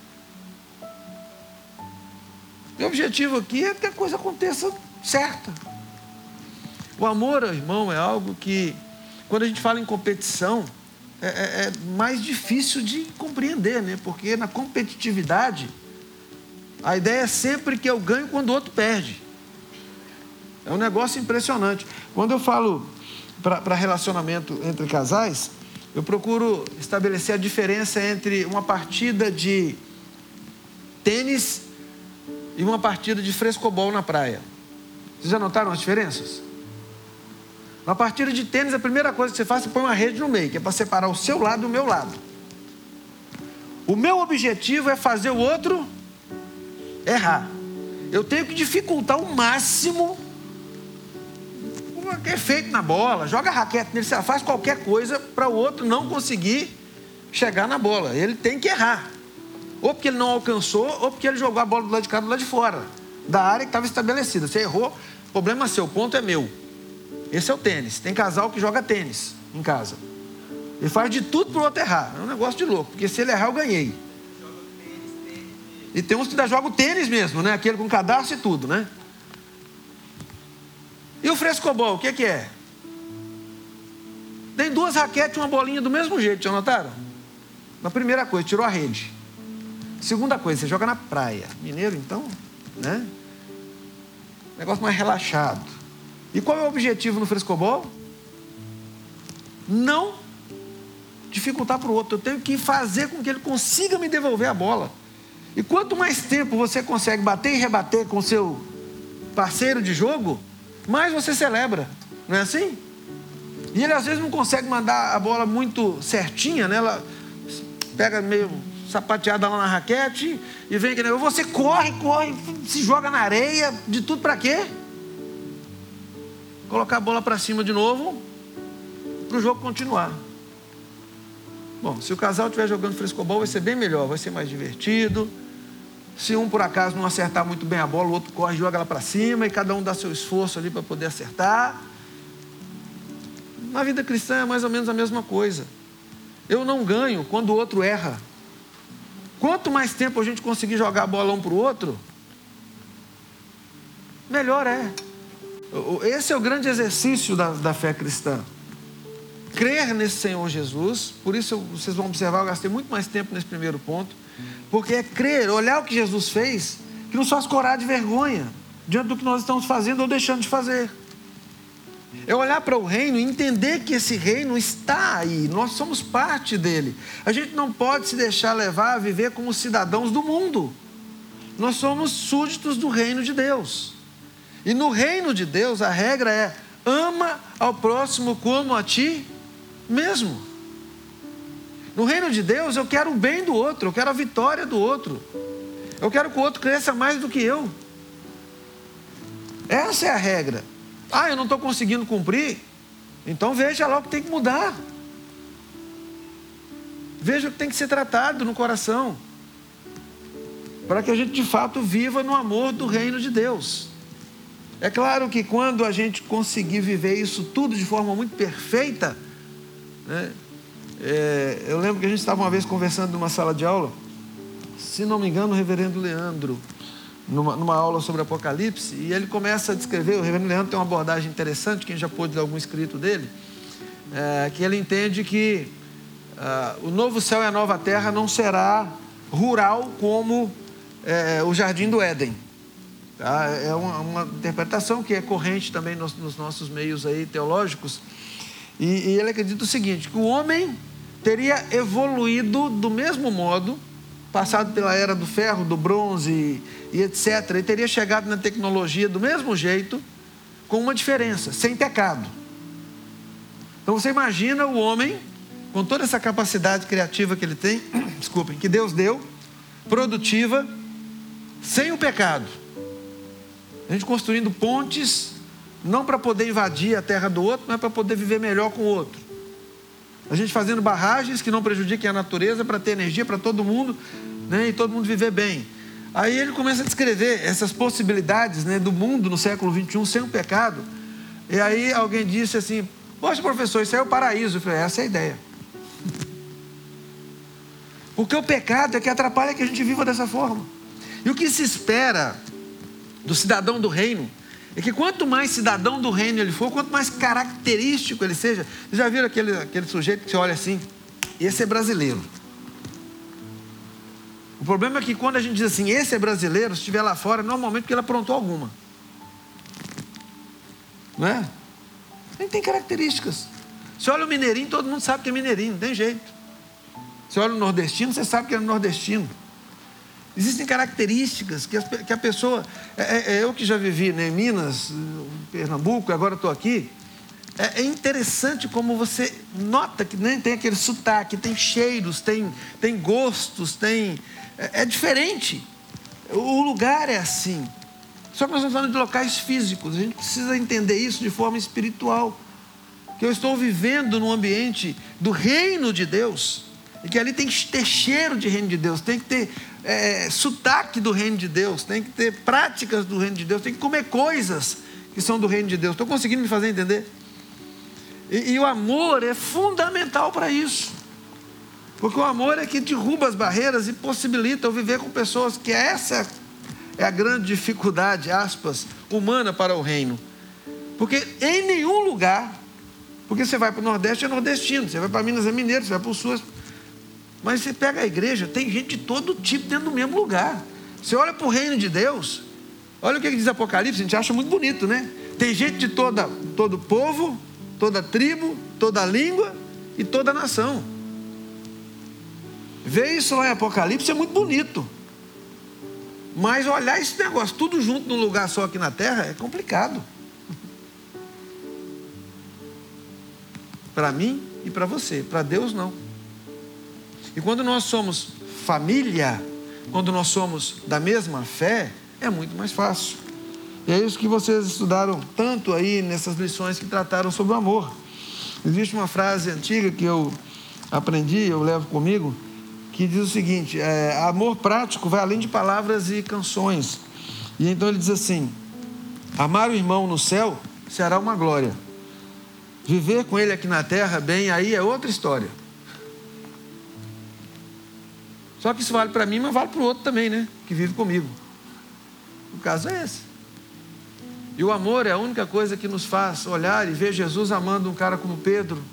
O objetivo aqui é que a coisa aconteça certa. O amor ao irmão é algo que, quando a gente fala em competição, é, é, é mais difícil de compreender, né? Porque na competitividade, a ideia é sempre que eu ganho quando o outro perde. É um negócio impressionante. Quando eu falo para relacionamento entre casais, eu procuro estabelecer a diferença entre uma partida de tênis e uma partida de frescobol na praia. Vocês já notaram as diferenças? Na partida de tênis, a primeira coisa que você faz, você põe uma rede no meio, que é para separar o seu lado do meu lado. O meu objetivo é fazer o outro errar. Eu tenho que dificultar ao máximo o que é feito na bola. Joga a raquete nele, faz qualquer coisa para o outro não conseguir chegar na bola. Ele tem que errar. Ou porque ele não alcançou, ou porque ele jogou a bola do lado de cá, do lado de fora, da área que estava estabelecida. Você errou, problema seu, o ponto é meu. Esse é o tênis. Tem casal que joga tênis em casa. Ele faz de tudo para o outro errar. É um negócio de louco, porque se ele errar, eu ganhei. E tem uns que ainda jogam tênis mesmo, né? Aquele com cadastro e tudo, né? E o frescobol, o que, que é? Tem duas raquetes e uma bolinha do mesmo jeito, já notaram? Na primeira coisa, tirou a rede. Segunda coisa, você joga na praia. Mineiro, então, né? negócio mais relaxado. E qual é o objetivo no frescobol? Não dificultar para o outro. Eu tenho que fazer com que ele consiga me devolver a bola. E quanto mais tempo você consegue bater e rebater com o seu parceiro de jogo, mais você celebra. Não é assim? E ele às vezes não consegue mandar a bola muito certinha, né? Ela pega meio sapateada lá na raquete e vem que você corre, corre, se joga na areia, de tudo para quê? Colocar a bola para cima de novo para o jogo continuar. Bom, se o casal estiver jogando frescobol, vai ser bem melhor, vai ser mais divertido. Se um por acaso não acertar muito bem a bola, o outro corre e joga ela para cima e cada um dá seu esforço ali para poder acertar. Na vida cristã é mais ou menos a mesma coisa. Eu não ganho quando o outro erra. Quanto mais tempo a gente conseguir jogar a bola um para o outro, melhor é. Esse é o grande exercício da, da fé cristã. Crer nesse Senhor Jesus. Por isso vocês vão observar, eu gastei muito mais tempo nesse primeiro ponto. Porque é crer, olhar o que Jesus fez, que nos faz corar de vergonha diante do que nós estamos fazendo ou deixando de fazer. É olhar para o reino e entender que esse reino está aí, nós somos parte dele. A gente não pode se deixar levar a viver como cidadãos do mundo. Nós somos súditos do reino de Deus. E no reino de Deus a regra é: ama ao próximo como a ti mesmo. No reino de Deus eu quero o bem do outro, eu quero a vitória do outro. Eu quero que o outro cresça mais do que eu. Essa é a regra. Ah, eu não estou conseguindo cumprir? Então veja lá o que tem que mudar. Veja o que tem que ser tratado no coração. Para que a gente de fato viva no amor do reino de Deus. É claro que quando a gente conseguir viver isso tudo de forma muito perfeita, né? É, eu lembro que a gente estava uma vez conversando numa sala de aula, se não me engano o reverendo Leandro, numa, numa aula sobre Apocalipse, e ele começa a descrever, o reverendo Leandro tem uma abordagem interessante, quem já pôde ler algum escrito dele, é, que ele entende que ah, o novo céu e a nova terra não será rural como é, o jardim do Éden. Tá? É uma, uma interpretação que é corrente também nos, nos nossos meios aí teológicos, e, e ele acredita o seguinte, que o homem teria evoluído do mesmo modo, passado pela era do ferro, do bronze e, e etcétera, e teria chegado na tecnologia do mesmo jeito, com uma diferença, sem pecado. Então você imagina o homem, com toda essa capacidade criativa que ele tem, desculpem, que Deus deu, produtiva, sem o pecado. A gente construindo pontes, não para poder invadir a terra do outro, mas para poder viver melhor com o outro. A gente fazendo barragens que não prejudiquem a natureza para ter energia para todo mundo, né, e todo mundo viver bem. Aí ele começa a descrever essas possibilidades, né, do mundo no século vinte e um sem o pecado. E aí alguém disse assim: poxa, professor, isso aí é o paraíso. Eu falei: essa é a ideia. Porque o pecado é que atrapalha que a gente viva dessa forma. E o que se espera do cidadão do reino é que quanto mais cidadão do reino ele for, quanto mais característico ele seja. Vocês já viram aquele, aquele sujeito que você olha assim? Esse é brasileiro. O problema é que quando a gente diz assim, esse é brasileiro, se estiver lá fora, normalmente porque ele aprontou alguma. Não é? Ele tem características. Você olha o mineirinho, todo mundo sabe que é mineirinho, não tem jeito. Você olha o nordestino, você sabe que é nordestino. Existem características que a, que a pessoa... É, é eu que já vivi, né, em Minas, Pernambuco, agora estou aqui. É, é interessante como você nota que nem tem aquele sotaque, tem cheiros, tem, tem gostos, tem... É, é diferente. O lugar é assim. Só que nós estamos falando de locais físicos. A gente precisa entender isso de forma espiritual. Que eu estou vivendo num ambiente do reino de Deus. E que ali tem que ter cheiro de reino de Deus, tem que ter é, sotaque do reino de Deus, tem que ter práticas do reino de Deus, tem que comer coisas que são do reino de Deus. Estou conseguindo me fazer entender? E, e o amor é fundamental para isso. Porque o amor é que derruba as barreiras e possibilita eu viver com pessoas que essa é a grande dificuldade, aspas, humana para o reino. Porque em nenhum lugar, porque você vai para o Nordeste é nordestino, você vai para Minas é mineiro, você vai para o Sul... Mas você pega a igreja, tem gente de todo tipo dentro do mesmo lugar. Você olha para o reino de Deus, Olha o que diz Apocalipse, a gente acha muito bonito, né? Tem gente de toda, todo povo, toda tribo, toda língua e toda nação. Ver isso lá em Apocalipse é muito bonito. Mas olhar esse negócio tudo junto num lugar só aqui na terra é complicado. Para mim e para você, para Deus não. E quando nós somos família, quando nós somos da mesma fé, é muito mais fácil. E é isso que vocês estudaram tanto aí nessas lições que trataram sobre o amor. Existe uma frase antiga que eu aprendi, eu levo comigo, que diz o seguinte: é, amor prático vai além de palavras e canções. E então ele diz assim: amar o irmão no céu será uma glória. Viver com ele aqui na terra bem, aí é outra história. Só que isso vale para mim, mas vale para o outro também, né? Que vive comigo. O caso é esse. E o amor é a única coisa que nos faz olhar e ver Jesus amando um cara como Pedro,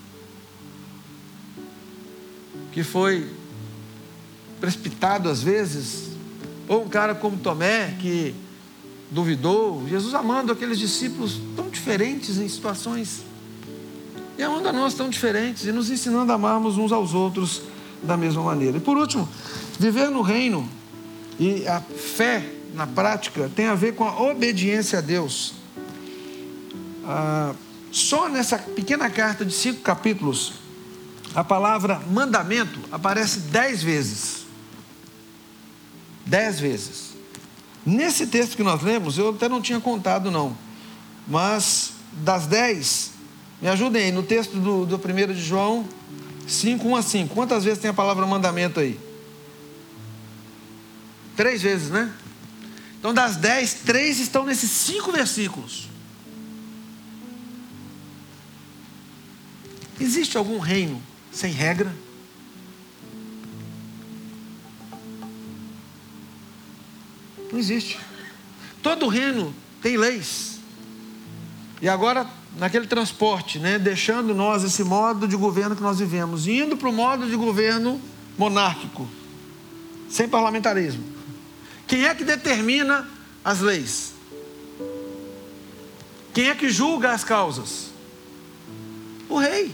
que foi precipitado às vezes, ou um cara como Tomé, que duvidou. Jesus amando aqueles discípulos tão diferentes em situações, e amando a nós tão diferentes, e nos ensinando a amarmos uns aos outros da mesma maneira. E por último, viver no reino e a fé na prática tem a ver com a obediência a Deus. Ah, só nessa pequena carta de cinco capítulos, a palavra mandamento aparece dez vezes. Dez vezes. Nesse texto que nós lemos, eu até não tinha contado não, mas das dez, me ajudem aí, no texto do, do primeiro de João cinco, um a cinco, quantas vezes tem a palavra mandamento aí? Três vezes, né? Então das dez, três estão nesses cinco versículos. Existe algum reino sem regra? Não existe. Todo reino tem leis. E agora, naquele transporte, né, deixando nós esse modo de governo que nós vivemos, indo para o modo de governo monárquico, sem parlamentarismo. Quem é que determina as leis? Quem é que julga as causas? O rei.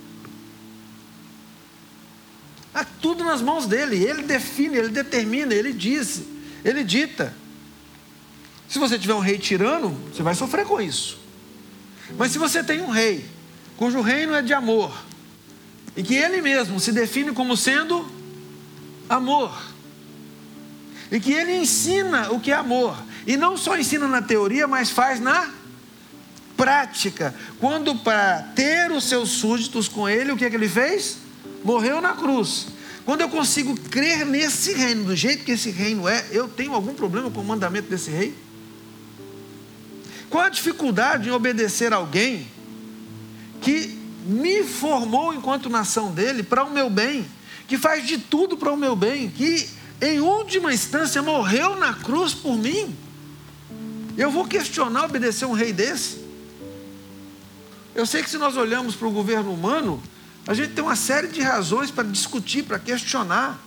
Há tudo nas mãos dele. Ele define, ele determina, ele diz, ele dita. Se você tiver um rei tirano, você vai sofrer com isso. Mas se você tem um rei, cujo reino é de amor, e que ele mesmo se define como sendo amor, e que ele ensina o que é amor, e não só ensina na teoria, mas faz na prática. Quando, para ter os seus súditos com ele, o que é que ele fez? Morreu na cruz. Quando eu consigo crer nesse reino, do jeito que esse reino é, eu tenho algum problema com o mandamento desse rei? Qual a dificuldade em obedecer a alguém que me formou enquanto nação dele para o meu bem, que faz de tudo para o meu bem, que em última instância morreu na cruz por mim? Eu vou questionar obedecer um rei desse? Eu sei que se nós olhamos para o governo humano, a gente tem uma série de razões para discutir, para questionar,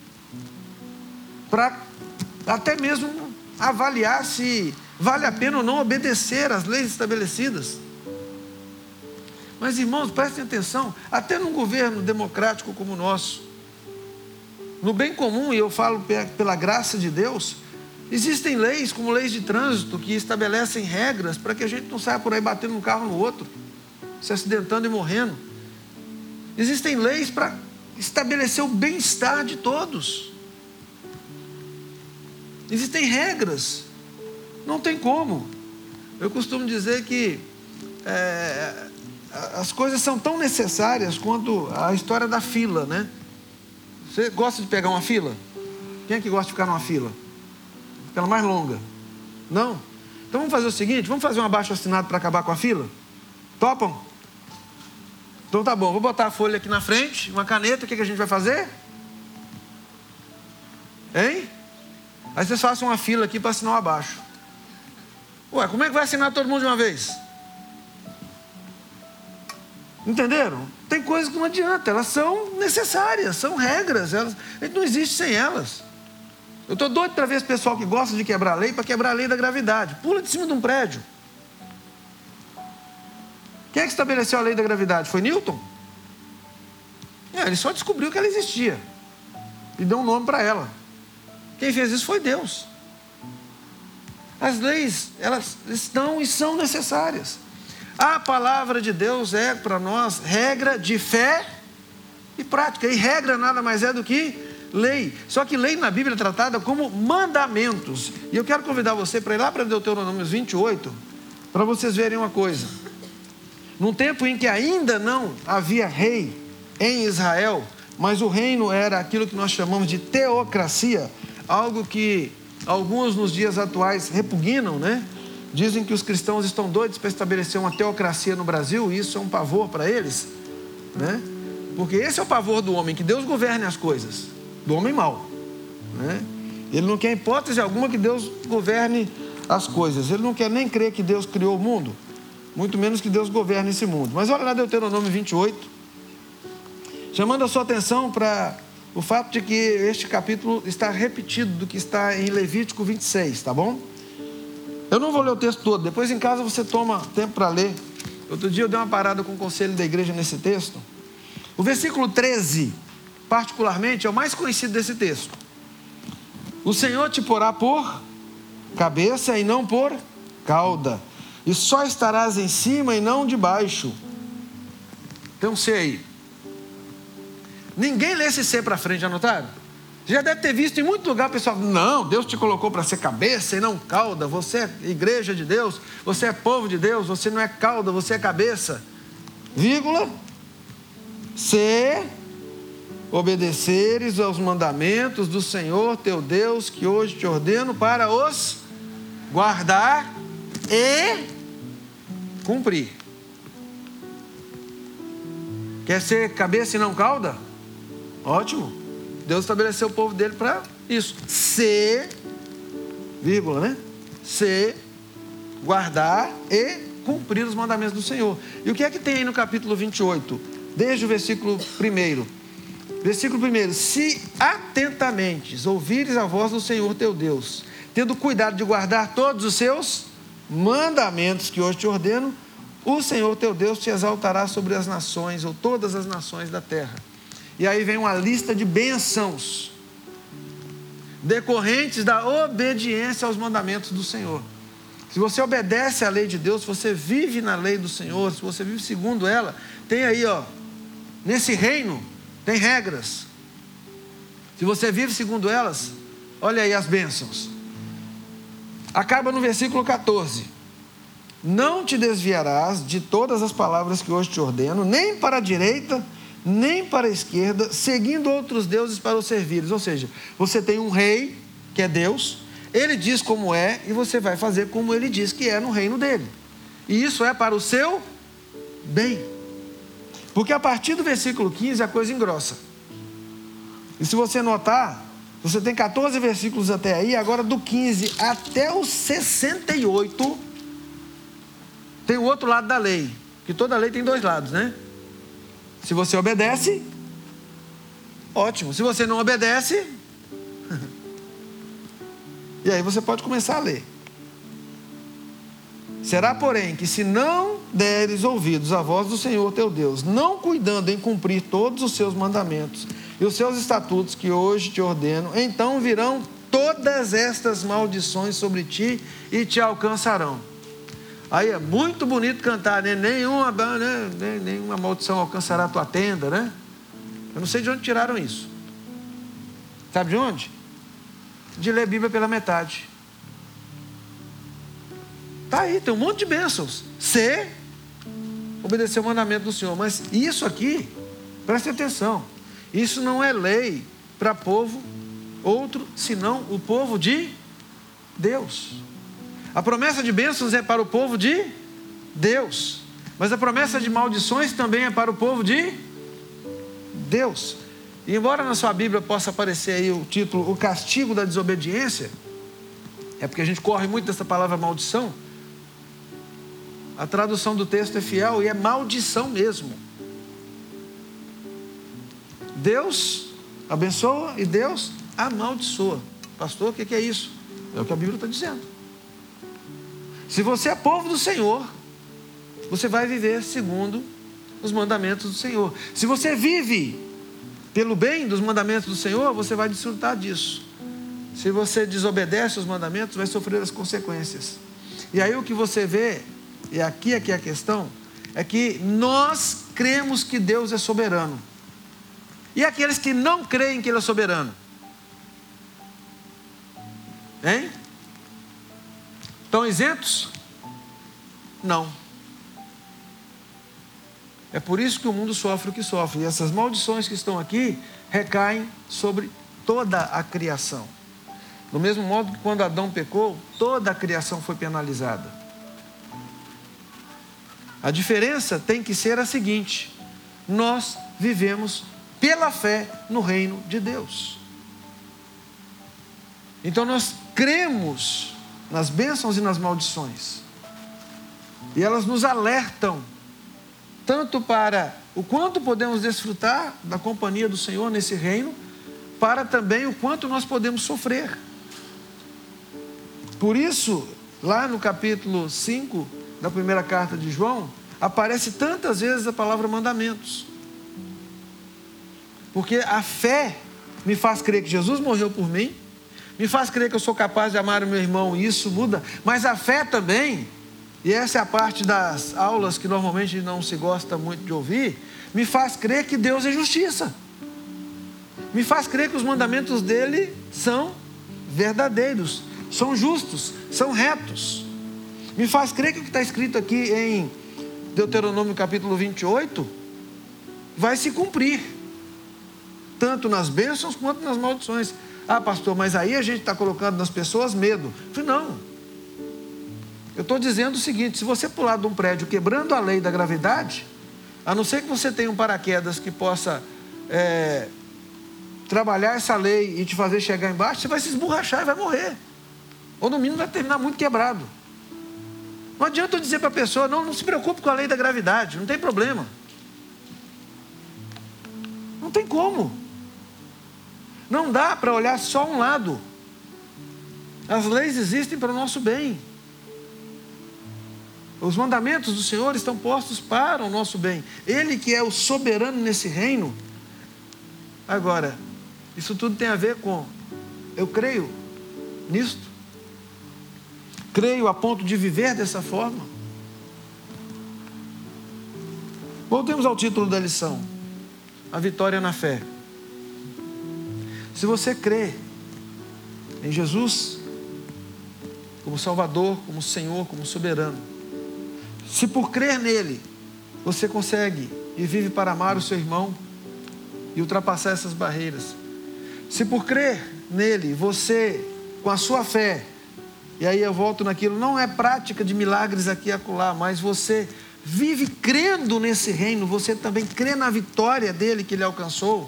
para até mesmo avaliar se vale a pena ou não obedecer às leis estabelecidas. Mas, irmãos, prestem atenção, até num governo democrático como o nosso, no bem comum, e eu falo pela graça de Deus, existem leis como leis de trânsito que estabelecem regras para que a gente não saia por aí batendo um carro no outro, se acidentando e morrendo. Existem leis para estabelecer o bem-estar de todos. Existem regras. Não tem como. Eu costumo dizer que é, as coisas são tão necessárias quanto a história da fila, né? Você gosta de pegar uma fila? Quem é que gosta de ficar numa fila? Aquela mais longa. Não? Então vamos fazer o seguinte, vamos fazer um abaixo-assinado para acabar com a fila? Topam? Então tá bom, vou botar a folha aqui na frente, uma caneta, o que, que a gente vai fazer? Hein? Aí vocês façam uma fila aqui para assinar o abaixo. Ué, como é que vai assinar todo mundo de uma vez? Entenderam? Tem coisas que não adianta, elas são necessárias, são regras, elas, a gente não existe sem elas. Eu estou doido para ver esse pessoal que gosta de quebrar a lei, para quebrar a lei da gravidade. Pula de cima de um prédio. Quem é que estabeleceu a lei da gravidade? Foi Newton? É, ele só descobriu que ela existia e deu um nome para ela. Quem fez isso foi Deus. As leis, elas estão e são necessárias. A palavra de Deus é para nós regra de fé e prática. E regra nada mais é do que lei. Só que lei na Bíblia é tratada como mandamentos. E eu quero convidar você para ir lá para Deuteronômio vinte e oito, para vocês verem uma coisa. Num tempo em que ainda não havia rei em Israel, mas o reino era aquilo que nós chamamos de teocracia, algo que alguns nos dias atuais repugnam, né? Dizem que os cristãos estão doidos para estabelecer uma teocracia no Brasil, e isso é um pavor para eles, né? Porque esse é o pavor do homem, que Deus governe as coisas, do homem mau, né? Ele não quer hipótese alguma que Deus governe as coisas, ele não quer nem crer que Deus criou o mundo, muito menos que Deus governe esse mundo. Mas olha lá Deuteronômio vinte e oito, chamando a sua atenção para o fato de que este capítulo está repetido do que está em Levítico vinte e seis, tá bom? Eu não vou ler o texto todo, depois em casa você toma tempo para ler. Outro dia eu dei uma parada com o conselho da igreja nesse texto. O versículo treze, particularmente, é o mais conhecido desse texto. O Senhor te porá por cabeça e não por cauda, e só estarás em cima e não debaixo. Tem um C aí. Ninguém lê esse C para frente, já notaram? Já deve ter visto em muito lugar o pessoal, não, Deus te colocou para ser cabeça e não cauda, você é igreja de Deus, você é povo de Deus, você não é cauda, você é cabeça, vírgula, se obedeceres aos mandamentos do Senhor teu Deus, que hoje te ordeno para os guardar e cumprir. Quer ser cabeça e não cauda? Ótimo. Deus estabeleceu o povo dele para isso. Se, vírgula, né? Se guardar e cumprir os mandamentos do Senhor. E o que é que tem aí no capítulo vinte e oito? Desde o versículo primeiro. Versículo primeiro. Se atentamente ouvires a voz do Senhor teu Deus, tendo cuidado de guardar todos os seus mandamentos que hoje te ordeno, o Senhor teu Deus te exaltará sobre as nações, ou todas as nações da terra. E aí vem uma lista de bênçãos decorrentes da obediência aos mandamentos do Senhor. Se você obedece à lei de Deus, se você vive na lei do Senhor, se você vive segundo ela, tem aí, ó, nesse reino, tem regras. Se você vive segundo elas, olha aí as bênçãos. Acaba no versículo catorze. Não te desviarás de todas as palavras que hoje te ordeno, nem para a direita, nem para a esquerda, seguindo outros deuses para os servires. Ou seja, você tem um rei, que é Deus, ele diz como é, e você vai fazer como ele diz que é no reino dele. E isso é para o seu bem. Porque a partir do versículo quinze a coisa engrossa. E se você notar, você tem catorze versículos até aí, agora do quinze até o sessenta e oito, tem o outro lado da lei, que toda lei tem dois lados, né? Se você obedece, ótimo. Se você não obedece, e aí você pode começar a ler. Será, porém, que se não deres ouvidos à voz do Senhor teu Deus, não cuidando em cumprir todos os seus mandamentos e os seus estatutos que hoje te ordeno, então virão todas estas maldições sobre ti e te alcançarão. Aí é muito bonito cantar, né? Nenhuma, né? Nenhuma maldição alcançará a tua tenda, né? Eu não sei de onde tiraram isso. Sabe de onde? De ler a Bíblia pela metade. Está aí, tem um monte de bênçãos. Se obedecer o mandamento do Senhor. Mas isso aqui, preste atenção, isso não é lei para povo outro, senão o povo de Deus. A promessa de bênçãos é para o povo de Deus, mas a promessa de maldições também é para o povo de Deus. E embora na sua Bíblia possa aparecer aí o título, o castigo da desobediência, é porque a gente corre muito dessa palavra maldição, a tradução do texto é fiel e é maldição mesmo. Deus abençoa e Deus amaldiçoa. Pastor, o que é isso? É o que a Bíblia está dizendo. Se você é povo do Senhor, você vai viver segundo os mandamentos do Senhor. Se você vive pelo bem dos mandamentos do Senhor, você vai desfrutar disso. Se você desobedece os mandamentos, vai sofrer as consequências. E aí o que você vê, e aqui é que é a questão, é que nós cremos que Deus é soberano. E aqueles que não creem que Ele é soberano? Hein? Estão isentos? Não. É por isso que o mundo sofre o que sofre. E essas maldições que estão aqui recaem sobre toda a criação. Do mesmo modo que quando Adão pecou, toda a criação foi penalizada. A diferença tem que ser a seguinte: nós vivemos pela fé no reino de Deus. Então nós cremos nas bênçãos e nas maldições. E elas nos alertam tanto para o quanto podemos desfrutar da companhia do Senhor nesse reino, para também o quanto nós podemos sofrer. Por isso, lá no capítulo cinco da primeira carta de João, aparece tantas vezes a palavra mandamentos. Porque a fé me faz crer que Jesus morreu por mim, me faz crer que eu sou capaz de amar o meu irmão, e isso muda. Mas a fé também, e essa é a parte das aulas que normalmente não se gosta muito de ouvir, me faz crer que Deus é justiça. Me faz crer que os mandamentos dele são verdadeiros, são justos, são retos. Me faz crer que o que está escrito aqui em Deuteronômio capítulo vinte e oito vai se cumprir, tanto nas bênçãos quanto nas maldições. Ah, pastor, mas aí a gente está colocando nas pessoas medo. Eu falei, não. Eu estou dizendo o seguinte: se você pular de um prédio quebrando a lei da gravidade, a não ser que você tenha um paraquedas que possa é, trabalhar essa lei e te fazer chegar embaixo, você vai se esborrachar e vai morrer. Ou no mínimo vai terminar muito quebrado. Não adianta eu dizer para a pessoa, não, não se preocupe com a lei da gravidade, não tem problema. Não tem como. Não dá para olhar só um lado. As leis existem para o nosso bem. Os mandamentos do Senhor estão postos para o nosso bem. Ele que é o soberano nesse reino. Agora, isso tudo tem a ver com, eu creio nisto. Creio a ponto de viver dessa forma. Voltemos ao título da lição: a vitória na fé. Se você crê em Jesus como Salvador, como Senhor, como soberano, se por crer nele você consegue e vive para amar o seu irmão e ultrapassar essas barreiras, se por crer nele você, com a sua fé, e aí eu volto naquilo, não é prática de milagres aqui e acolá, mas você vive crendo nesse reino, você também crê na vitória dele que ele alcançou,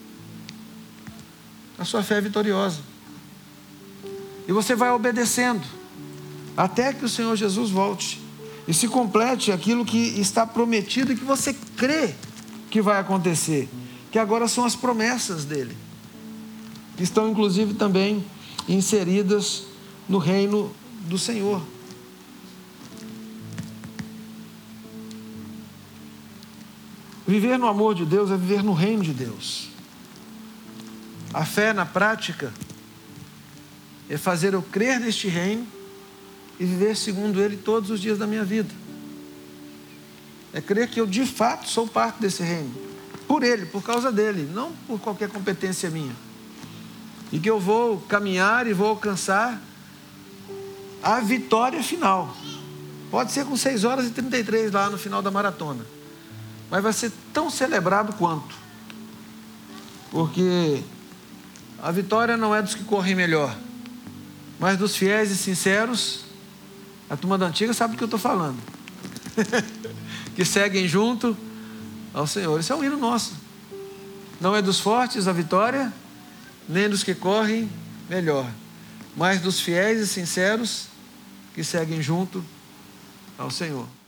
a sua fé é vitoriosa. E você vai obedecendo até que o Senhor Jesus volte e se complete aquilo que está prometido e que você crê que vai acontecer, que agora são as promessas dele, que estão inclusive também inseridas no reino do Senhor. Viver no amor de Deus é viver no reino de Deus. A fé na prática é fazer eu crer neste reino e viver segundo ele todos os dias da minha vida. É crer que eu de fato sou parte desse reino, por ele, por causa dele, não por qualquer competência minha. E que eu vou caminhar e vou alcançar a vitória final. Pode ser com seis horas e trinta e três lá no final da maratona, mas vai ser tão celebrado quanto. Porque a vitória não é dos que correm melhor, mas dos fiéis e sinceros. A turma da antiga sabe do que eu estou falando. Que seguem junto ao Senhor. Isso é um hino nosso. Não é dos fortes a vitória, nem dos que correm melhor, mas dos fiéis e sinceros que seguem junto ao Senhor.